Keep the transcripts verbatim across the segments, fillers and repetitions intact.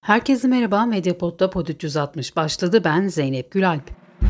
Herkese merhaba, Medyapod'da Pod üç yüz altmış başladı. Ben Zeynep Gülalp.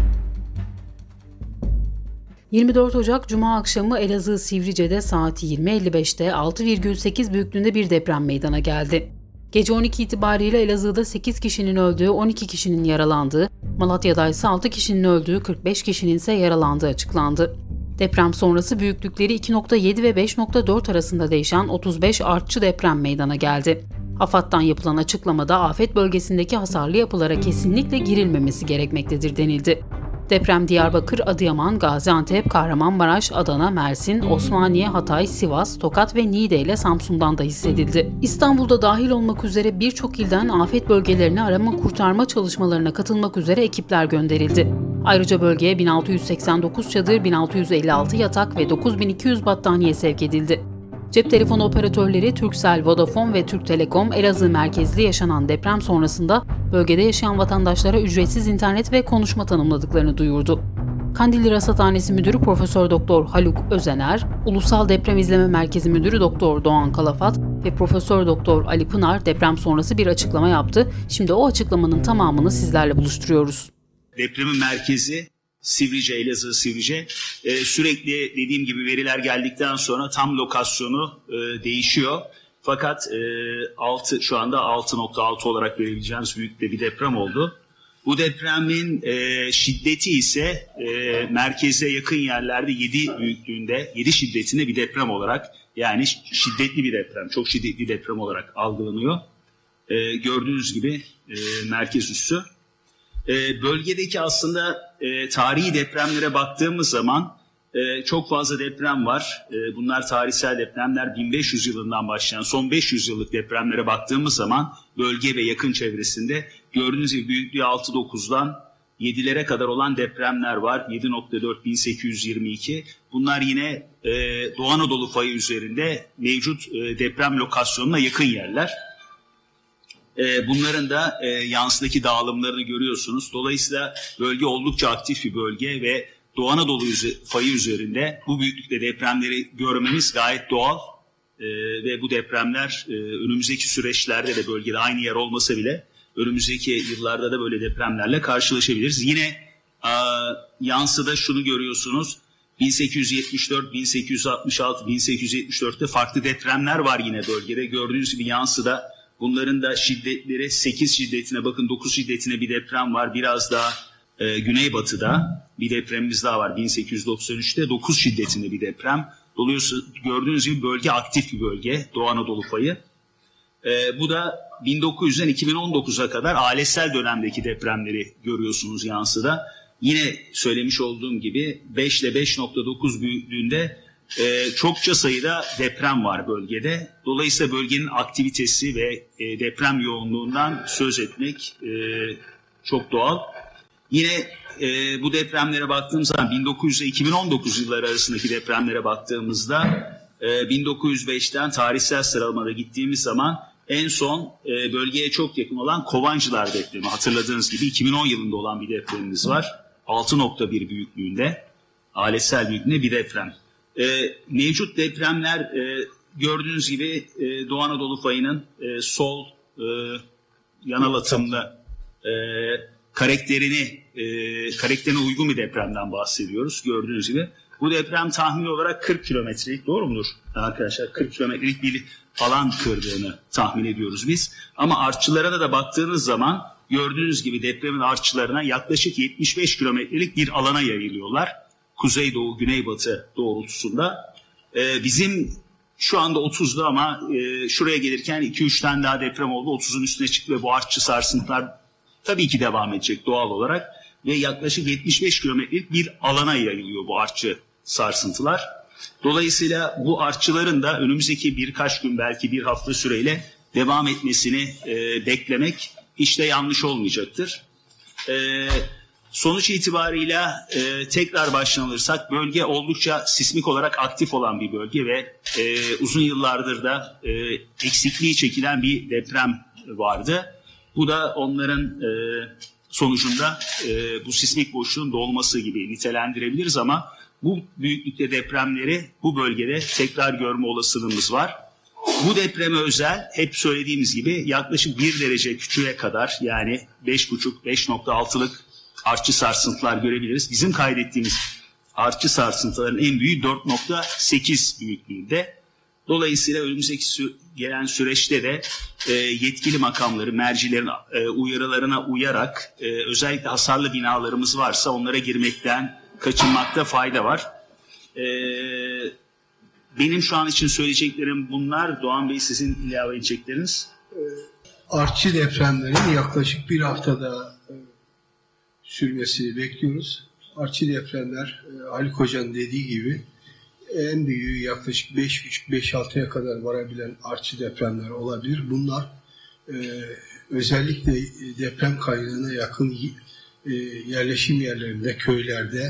yirmi dört Ocak Cuma akşamı Elazığ Sivrice'de saat yirmi elli beşte altı virgül sekiz büyüklüğünde bir deprem meydana geldi. Gece on iki itibariyle Elazığ'da sekiz kişinin öldüğü, on iki kişinin yaralandığı, Malatya'da ise altı kişinin öldüğü, kırk beş kişinin ise yaralandığı açıklandı. Deprem sonrası büyüklükleri iki nokta yedi ve beş nokta dört arasında değişen otuz beş artçı deprem meydana geldi. AFAD'dan yapılan açıklamada afet bölgesindeki hasarlı yapılara kesinlikle girilmemesi gerekmektedir denildi. Deprem Diyarbakır, Adıyaman, Gaziantep, Kahramanmaraş, Adana, Mersin, Osmaniye, Hatay, Sivas, Tokat ve Niğde ile Samsun'dan da hissedildi. İstanbul'da dahil olmak üzere birçok ilden afet bölgelerine arama kurtarma çalışmalarına katılmak üzere ekipler gönderildi. Ayrıca bölgeye bin altı yüz seksen dokuz çadır, bin altı yüz elli altı yatak ve dokuz bin iki yüz battaniye sevk edildi. Cep telefonu operatörleri Turkcell, Vodafone ve Türk Telekom, Elazığ merkezli yaşanan deprem sonrasında bölgede yaşayan vatandaşlara ücretsiz internet ve konuşma tanımladıklarını duyurdu. Kandilli Rasathanesi Müdürü Profesör Doktor Haluk Özener, Ulusal Deprem İzleme Merkezi Müdürü Doktor Doğan Kalafat ve Profesör Doktor Ali Pınar deprem sonrası bir açıklama yaptı. Şimdi o açıklamanın tamamını sizlerle buluşturuyoruz. Depremin merkezi Sivrice, Elazığ Sivrice. Ee, sürekli dediğim gibi veriler geldikten sonra tam lokasyonu e, değişiyor. Fakat e, altı, şu anda altı nokta altı olarak verebileceğimiz büyüklükte bir deprem oldu. Bu depremin e, şiddeti ise e, merkeze yakın yerlerde yedi büyüklüğünde, yedi şiddetinde bir deprem olarak, yani şiddetli bir deprem, çok şiddetli bir deprem olarak algılanıyor. E, gördüğünüz gibi e, merkez üssü. E, bölgedeki aslında e, tarihi depremlere baktığımız zaman e, çok fazla deprem var. E, bunlar tarihsel depremler. bin beş yüz yılından başlayan son beş yüz yıllık depremlere baktığımız zaman bölge ve yakın çevresinde gördüğünüz gibi büyüklüğü altı dokuzdan yedilere kadar olan depremler var. yedi nokta dört bin sekiz yüz yirmi iki. Bunlar yine e, Doğu Anadolu fayı üzerinde mevcut e, deprem lokasyonuna yakın yerler. Bunların da e, yansıdaki dağılımlarını görüyorsunuz. Dolayısıyla bölge oldukça aktif bir bölge ve Doğu Anadolu fayı üzerinde bu büyüklükte depremleri görmemiz gayet doğal. E, ve bu depremler e, önümüzdeki süreçlerde de bölgede aynı yer olmasa bile önümüzdeki yıllarda da böyle depremlerle karşılaşabiliriz. Yine e, yansıda şunu görüyorsunuz. bin sekiz yüz yetmiş dört, bin sekiz yüz altmış altı, bin sekiz yüz yetmiş dörtte farklı depremler var yine bölgede. Gördüğünüz gibi yansıda bunların da şiddetleri sekiz şiddetine, bakın dokuz şiddetine bir deprem var. Biraz daha e, güneybatıda bir depremimiz daha var bin sekiz yüz doksan üçte dokuz şiddetinde bir deprem. Dolayısıyla gördüğünüz gibi bölge aktif bir bölge, Doğu Anadolu fayı. E, bu da bin dokuz yüzden iki bin on dokuza kadar ailesel dönemdeki depremleri görüyorsunuz yansıda. Yine söylemiş olduğum gibi beş ile beş nokta dokuz büyüklüğünde Ee, çokça sayıda deprem var bölgede. Dolayısıyla bölgenin aktivitesi ve e, deprem yoğunluğundan söz etmek e, çok doğal. Yine e, bu depremlere baktığımız zaman bin dokuz yüz ile iki bin on dokuz yılları arasındaki depremlere baktığımızda e, bin dokuz yüz beşten tarihsel sıralamada gittiğimiz zaman en son e, bölgeye çok yakın olan Kovancılar depremi, hatırladığınız gibi iki bin on yılında olan bir depremimiz var. altı nokta bir büyüklüğünde, ailesel büyüklüğünde bir deprem. Ee, mevcut depremler e, gördüğünüz gibi e, Doğu Anadolu fayının e, sol e, yanal atımlı e, karakterini e, karakterine uygun bir depremden bahsediyoruz gördüğünüz gibi. Bu deprem tahmini olarak kırk kilometrelik, doğru mudur arkadaşlar? kırk kilometrelik bir alan kırdığını tahmin ediyoruz biz. Ama artçılara da baktığınız zaman gördüğünüz gibi depremin artçılarına yaklaşık yetmiş beş kilometrelik bir alana yayılıyorlar. Kuzeydoğu, güneybatı doğrultusunda. Ee, bizim şu anda otuzda ama e, şuraya gelirken iki üç tane daha deprem oldu. otuzun üstüne çıktı ve bu artçı sarsıntılar tabii ki devam edecek doğal olarak. Ve yaklaşık yetmiş beş kilometrelik bir alana yayılıyor bu artçı sarsıntılar. Dolayısıyla bu artçıların da önümüzdeki birkaç gün, belki bir hafta süreyle devam etmesini e, beklemek hiç de yanlış olmayacaktır. Evet. Sonuç itibarıyla e, tekrar başlanılırsak bölge oldukça sismik olarak aktif olan bir bölge ve e, uzun yıllardır da e, eksikliği çekilen bir deprem vardı. Bu da onların e, sonucunda e, bu sismik boşluğun dolması gibi nitelendirebiliriz ama bu büyüklükte depremleri bu bölgede tekrar görme olasılığımız var. Bu depreme özel hep söylediğimiz gibi yaklaşık bir derece küçüğe kadar yani beş buçuk beş nokta altılık artçı sarsıntılar görebiliriz. Bizim kaydettiğimiz artçı sarsıntıların en büyüğü dört nokta sekiz büyüklüğünde. Dolayısıyla önümüzdeki sü- gelen süreçte de e, yetkili makamları, mercilerin e, uyarılarına uyarak e, özellikle hasarlı binalarımız varsa onlara girmekten kaçınmakta fayda var. E, benim şu an için söyleyeceklerim bunlar. Doğan Bey, sizin ilave edecekleriniz? Artçı depremlerin yaklaşık bir haftada e, sürmesini bekliyoruz. Artçı depremler e, Haluk Hoca'nın dediği gibi en büyüğü yaklaşık beş buçuk beş altıya kadar varabilen artçı depremler olabilir. Bunlar e, özellikle deprem kaynağına yakın e, yerleşim yerlerinde, köylerde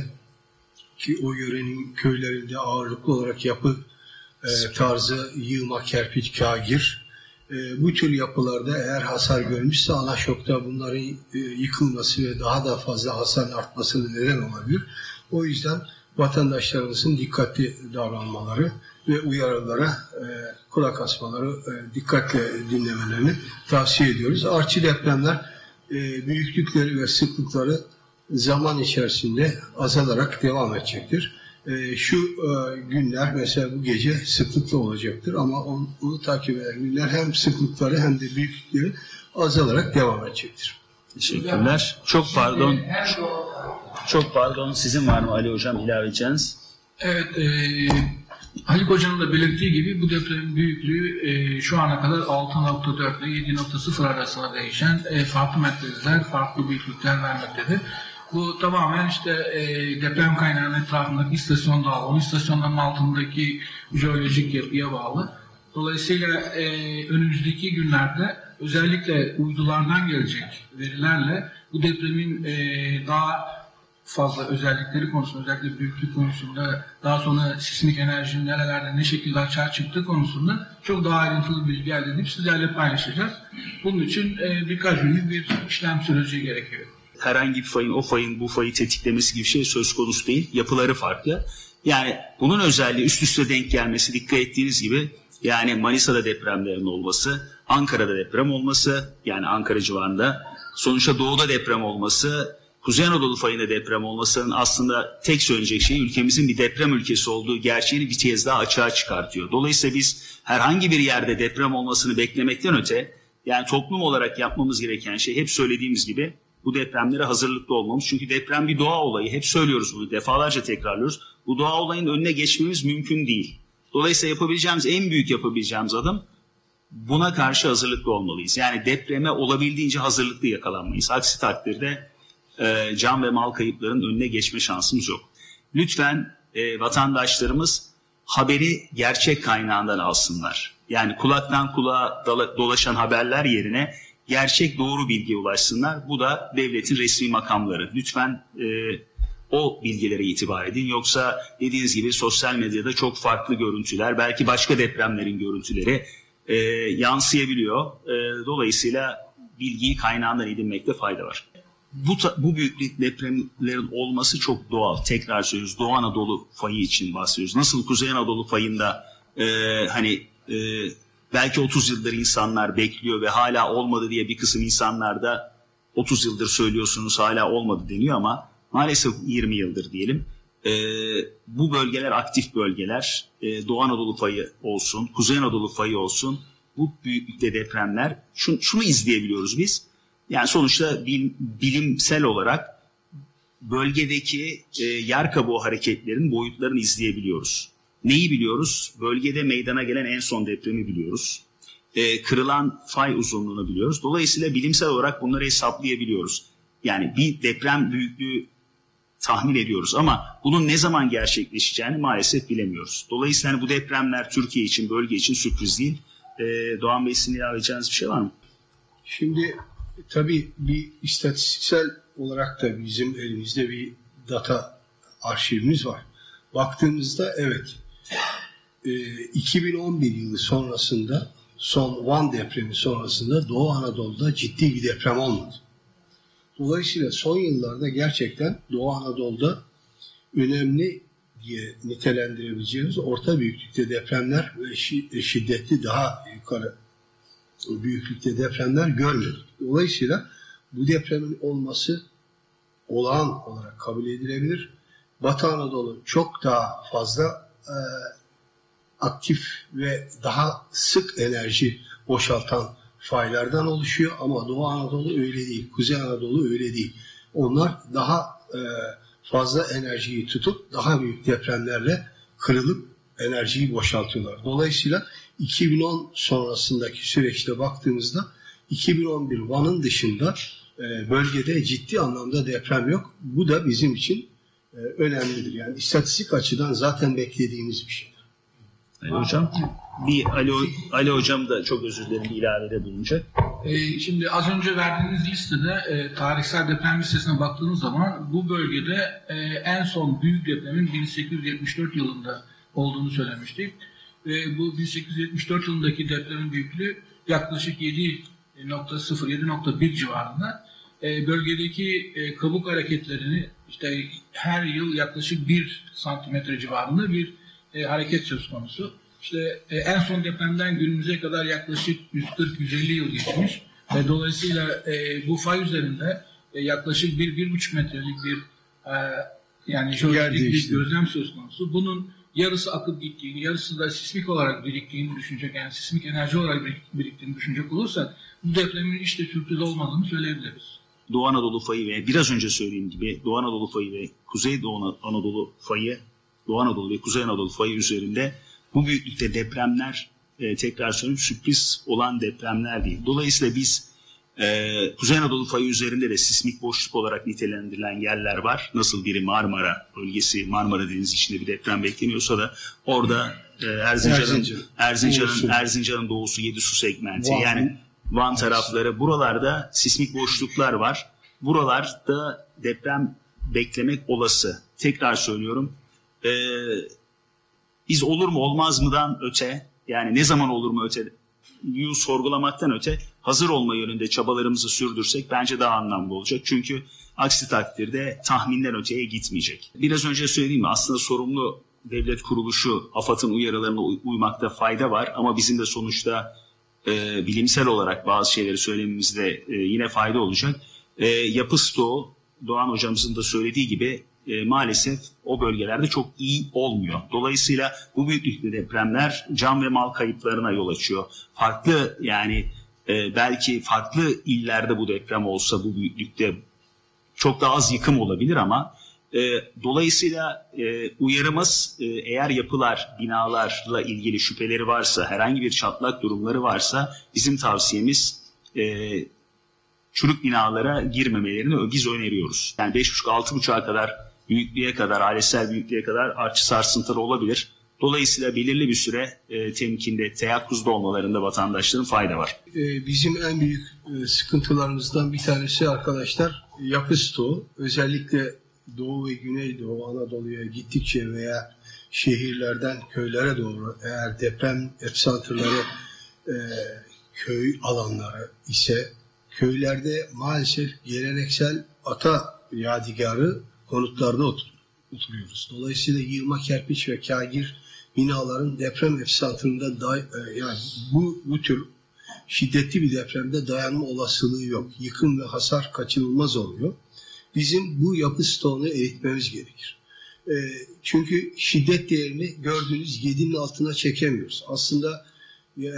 ki o yörenin köylerinde ağırlıklı olarak yapı e, tarzı yığma, kerpiç, kagir e, bu tür yapılarda eğer hasar görmüşse ana şokta bunların e, yıkılması ve daha da fazla hasar artmasına neden olabilir. O yüzden vatandaşlarımızın dikkatli davranmaları ve uyarılara e, kulak asmaları, e, dikkatle dinlemelerini tavsiye ediyoruz. Artçı depremler e, büyüklükleri ve sıklıkları zaman içerisinde azalarak devam edecektir. E, şu e, günler mesela bu gece sıklıkla olacaktır ama onu, onu takip eden günler hem sıklıkları hem de büyüklükleri azalarak devam edecektir. Teşekkürler. Çok pardon. Çok pardon. Sizin var mı Ali Hocam ilave edeceğiniz? Evet, e, Haluk Hoca'nın da belirttiği gibi bu depremin büyüklüğü e, şu ana kadar altı nokta dört ile yedi nokta sıfır arasında değişen e, farklı magnitüdler, farklı büyüklükler vermektedir. Bu tamamen işte e, deprem kaynağının etrafındaki istasyon dağılımı, istasyonların altındaki jeolojik yapıya bağlı. Dolayısıyla e, önümüzdeki günlerde özellikle uydulardan gelecek verilerle bu depremin e, daha fazla özellikleri konusunda, özellikle büyüklük konusunda, daha sonra sismik enerjinin nerelerde ne şekilde açığa çıktığı konusunda çok daha ayrıntılı bilgi elde edip sizlerle paylaşacağız. Bunun için e, birkaç günlük bir işlem süreci gerekiyor. Herhangi bir fayın o fayın bu fayı tetiklemesi gibi bir şey söz konusu değil. Yapıları farklı. Yani bunun özelliği üst üste denk gelmesi, dikkat ettiğiniz gibi yani Manisa'da depremlerin olması, Ankara'da deprem olması, yani Ankara civarında, sonuçta doğuda deprem olması, Kuzey Anadolu fayında deprem olmasının aslında tek söyleyecek şey ülkemizin bir deprem ülkesi olduğu gerçeğini bir kez daha açığa çıkartıyor. Dolayısıyla biz herhangi bir yerde deprem olmasını beklemekten öte, yani toplum olarak yapmamız gereken şey hep söylediğimiz gibi bu depremlere hazırlıklı olmamız. Çünkü deprem bir doğa olayı. Hep söylüyoruz bunu, defalarca tekrarlıyoruz. Bu doğa olayının önüne geçmemiz mümkün değil. Dolayısıyla yapabileceğimiz, en büyük yapabileceğimiz adım buna karşı hazırlıklı olmalıyız. Yani depreme olabildiğince hazırlıklı yakalanmayız. Aksi takdirde e, can ve mal kayıplarının önüne geçme şansımız yok. Lütfen e, vatandaşlarımız haberi gerçek kaynağından alsınlar. Yani kulaktan kulağa dolaşan haberler yerine gerçek doğru bilgiye ulaşsınlar. Bu da devletin resmi makamları. Lütfen e, o bilgilere itibar edin. Yoksa dediğiniz gibi sosyal medyada çok farklı görüntüler, belki başka depremlerin görüntüleri e, yansıyabiliyor. E, dolayısıyla bilgiyi kaynağından edinmekte fayda var. Bu, bu büyüklük depremlerin olması çok doğal. Tekrar söylüyoruz. Doğu Anadolu fayı için bahsediyoruz. Nasıl Kuzey Anadolu fayında e, hani e, belki otuz yıldır insanlar bekliyor ve hala olmadı diye bir kısım insanlar da otuz yıldır söylüyorsunuz hala olmadı deniyor ama maalesef yirmi yıldır diyelim. E, bu bölgeler aktif bölgeler. E, Doğu Anadolu fayı olsun, Kuzey Anadolu fayı olsun. Bu büyüklükte depremler. Şunu, şunu izleyebiliyoruz biz. Yani sonuçta bil, bilimsel olarak bölgedeki e, yer kabuğu hareketlerin boyutlarını izleyebiliyoruz. Neyi biliyoruz? Bölgede meydana gelen en son depremi biliyoruz. E, kırılan fay uzunluğunu biliyoruz. Dolayısıyla bilimsel olarak bunları hesaplayabiliyoruz. Yani bir deprem büyüklüğü tahmin ediyoruz ama bunun ne zaman gerçekleşeceğini maalesef bilemiyoruz. Dolayısıyla hani bu depremler Türkiye için, bölge için sürpriz değil. E, Doğan Bey, sizin ilave edeceğiniz bir şey var mı? Şimdi tabii bir istatistiksel olarak da bizim elimizde bir data arşivimiz var. Baktığımızda evet iki bin on bir yılı sonrasında, son Van depremi sonrasında Doğu Anadolu'da ciddi bir deprem olmadı. Dolayısıyla son yıllarda gerçekten Doğu Anadolu'da önemli diye nitelendirebileceğimiz orta büyüklükte depremler ve şiddetli daha yukarı büyüklükte depremler görmedik. Dolayısıyla bu depremin olması olağan olarak kabul edilebilir. Batı Anadolu çok daha fazla e, aktif ve daha sık enerji boşaltan faylardan oluşuyor ama Doğu Anadolu öyle değil, Kuzey Anadolu öyle değil. Onlar daha e, fazla enerjiyi tutup daha büyük depremlerle kırılıp enerjiyi boşaltıyorlar. Dolayısıyla iki bin on sonrasındaki süreçte baktığımızda iki bin on bir Van'ın dışında e, bölgede ciddi anlamda deprem yok. Bu da bizim için e, önemlidir. Yani istatistik açıdan zaten beklediğimiz bir şeydir. Ali Hocam, bir Ali, Ali Hocam da çok özür dilerim bir ilavede bulunacak. Ee, şimdi az önce verdiğiniz listede e, tarihsel deprem listesine baktığınız zaman bu bölgede e, en son büyük depremin bin sekiz yüz yetmiş dört yılında olduğunu söylemiştik. Ve bu bin sekiz yüz yetmiş dört yılındaki depremin büyüklüğü yaklaşık yedi nokta sıfır yedi nokta bir civarında. E, bölgedeki e, kabuk hareketlerini işte her yıl yaklaşık bir santimetre civarında bir e, hareket söz konusu. İşte e, en son depremden günümüze kadar yaklaşık yüz kırk yüz elli yıl geçmiş ve dolayısıyla e, bu fay üzerinde e, yaklaşık bir bir buçuk metrelik bir e, yani jeolojik bir gözlem söz konusu. Bunun yarısı akıp gittiğini, yarısı da sismik olarak biriktiğini düşünecek, yani sismik enerji olarak biriktiğini düşünecek olursak bu depremin işte sürpriz olmadığını söyleyebiliriz. Doğu Anadolu fayı ve biraz önce söylediğim gibi Doğu Anadolu fayı ve Kuzey Doğu Anadolu fayı, Doğu Anadolu ve Kuzey Anadolu fayı üzerinde bu büyüklükte depremler e, tekrar söyleyeyim sürpriz olan depremler değil. Dolayısıyla biz e, Kuzey Anadolu fayı üzerinde de sismik boşluk olarak nitelendirilen yerler var. Nasıl biri Marmara bölgesi, Marmara Denizi içinde bir deprem bekleniyorsa da orada e, Erzincan'ın Erzincan. Erzincan'ın Doğusu. Erzincan'ın doğusu Yedisu segmenti Van. yani Van tarafları, buralarda sismik boşluklar var. Buralarda deprem beklemek olası. Tekrar söylüyorum. E, biz olur mu olmaz mıdan öte, yani ne zaman olur mu öte yu sorgulamaktan öte hazır olma yönünde çabalarımızı sürdürsek bence daha anlamlı olacak. Çünkü aksi takdirde tahminden öteye gitmeyecek. Biraz önce söylediğim gibi aslında sorumlu devlet kuruluşu AFAD'ın uyarılarına uymakta fayda var ama bizim de sonuçta e, bilimsel olarak bazı şeyleri söylememizde e, yine fayda olacak. E, yapı stoğu Doğan hocamızın da söylediği gibi e, maalesef o bölgelerde çok iyi olmuyor. Dolayısıyla bu büyüklükte depremler can ve mal kayıplarına yol açıyor. Farklı yani e, belki farklı illerde bu deprem olsa bu büyüklükte çok daha az yıkım olabilir ama e, dolayısıyla e, uyarımız e, eğer yapılar, binalarla ilgili şüpheleri varsa, herhangi bir çatlak durumları varsa bizim tavsiyemiz e, çürük binalara girmemelerini biz öneriyoruz. Yani beş buçuk altı buçuğa kadar büyüklüğe kadar, ailesel büyüklüğe kadar artçı sarsıntıları olabilir. Dolayısıyla belirli bir süre e, temkinde, teyakkuzda olmalarında vatandaşların fayda var. E, bizim en büyük e, sıkıntılarımızdan bir tanesi arkadaşlar yapı stoğu. Özellikle Doğu ve Güneydoğu Anadolu'ya gittikçe veya şehirlerden köylere doğru eğer deprem episantrları e, köy alanları ise köylerde maalesef geleneksel ata yadigarı konutlarda otur, oturuyoruz. Dolayısıyla yığma kerpiç ve kagir binaların deprem episantrında day, e, yani bu, bu tür şiddetli bir depremde dayanma olasılığı yok. Yıkım ve hasar kaçınılmaz oluyor. Bizim bu yapı stoğunu eritmemiz gerekir. E, çünkü şiddet değerini gördüğünüz yedinin altına çekemiyoruz. Aslında e,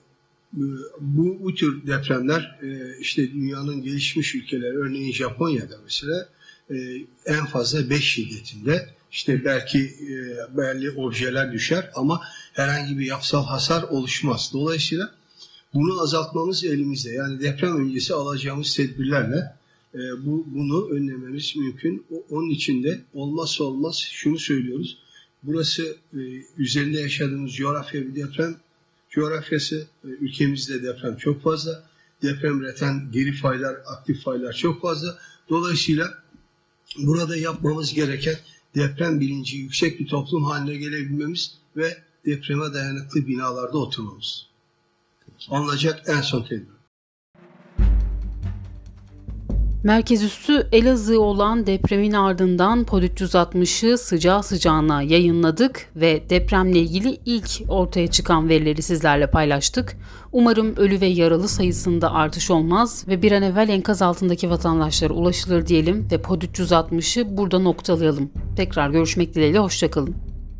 bu, bu tür depremler e, işte dünyanın gelişmiş ülkeleri, örneğin Japonya'da mesela e, en fazla beş şiddetinde işte belki e, belli objeler düşer ama herhangi bir yapısal hasar oluşmaz. Dolayısıyla bunu azaltmamız elimizde. Yani deprem öncesi alacağımız tedbirlerle e, bu bunu önlememiz mümkün. O, onun için de olmazsa olmaz şunu söylüyoruz. Burası e, üzerinde yaşadığımız coğrafya bir deprem coğrafyası. E, ülkemizde deprem çok fazla. Deprem üreten geri faylar, aktif faylar çok fazla. Dolayısıyla burada yapmamız gereken deprem bilinci yüksek bir toplum haline gelebilmemiz ve depreme dayanıklı binalarda oturmamız. Alınacak en son tedbir. Merkezüstü Elazığ olan depremin ardından Pod üç yüz altmışı sıcağı sıcağına yayınladık ve depremle ilgili ilk ortaya çıkan verileri sizlerle paylaştık. Umarım ölü ve yaralı sayısında artış olmaz ve bir an evvel enkaz altındaki vatandaşlara ulaşılır diyelim ve Pod üç yüz altmışı burada noktalayalım. Tekrar görüşmek dileğiyle, hoşçakalın.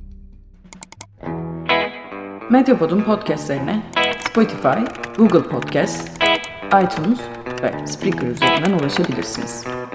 Medyapod'un podcastlerine Spotify, Google Podcast, iTunes ve Spreaker üzerinden ulaşabilirsiniz.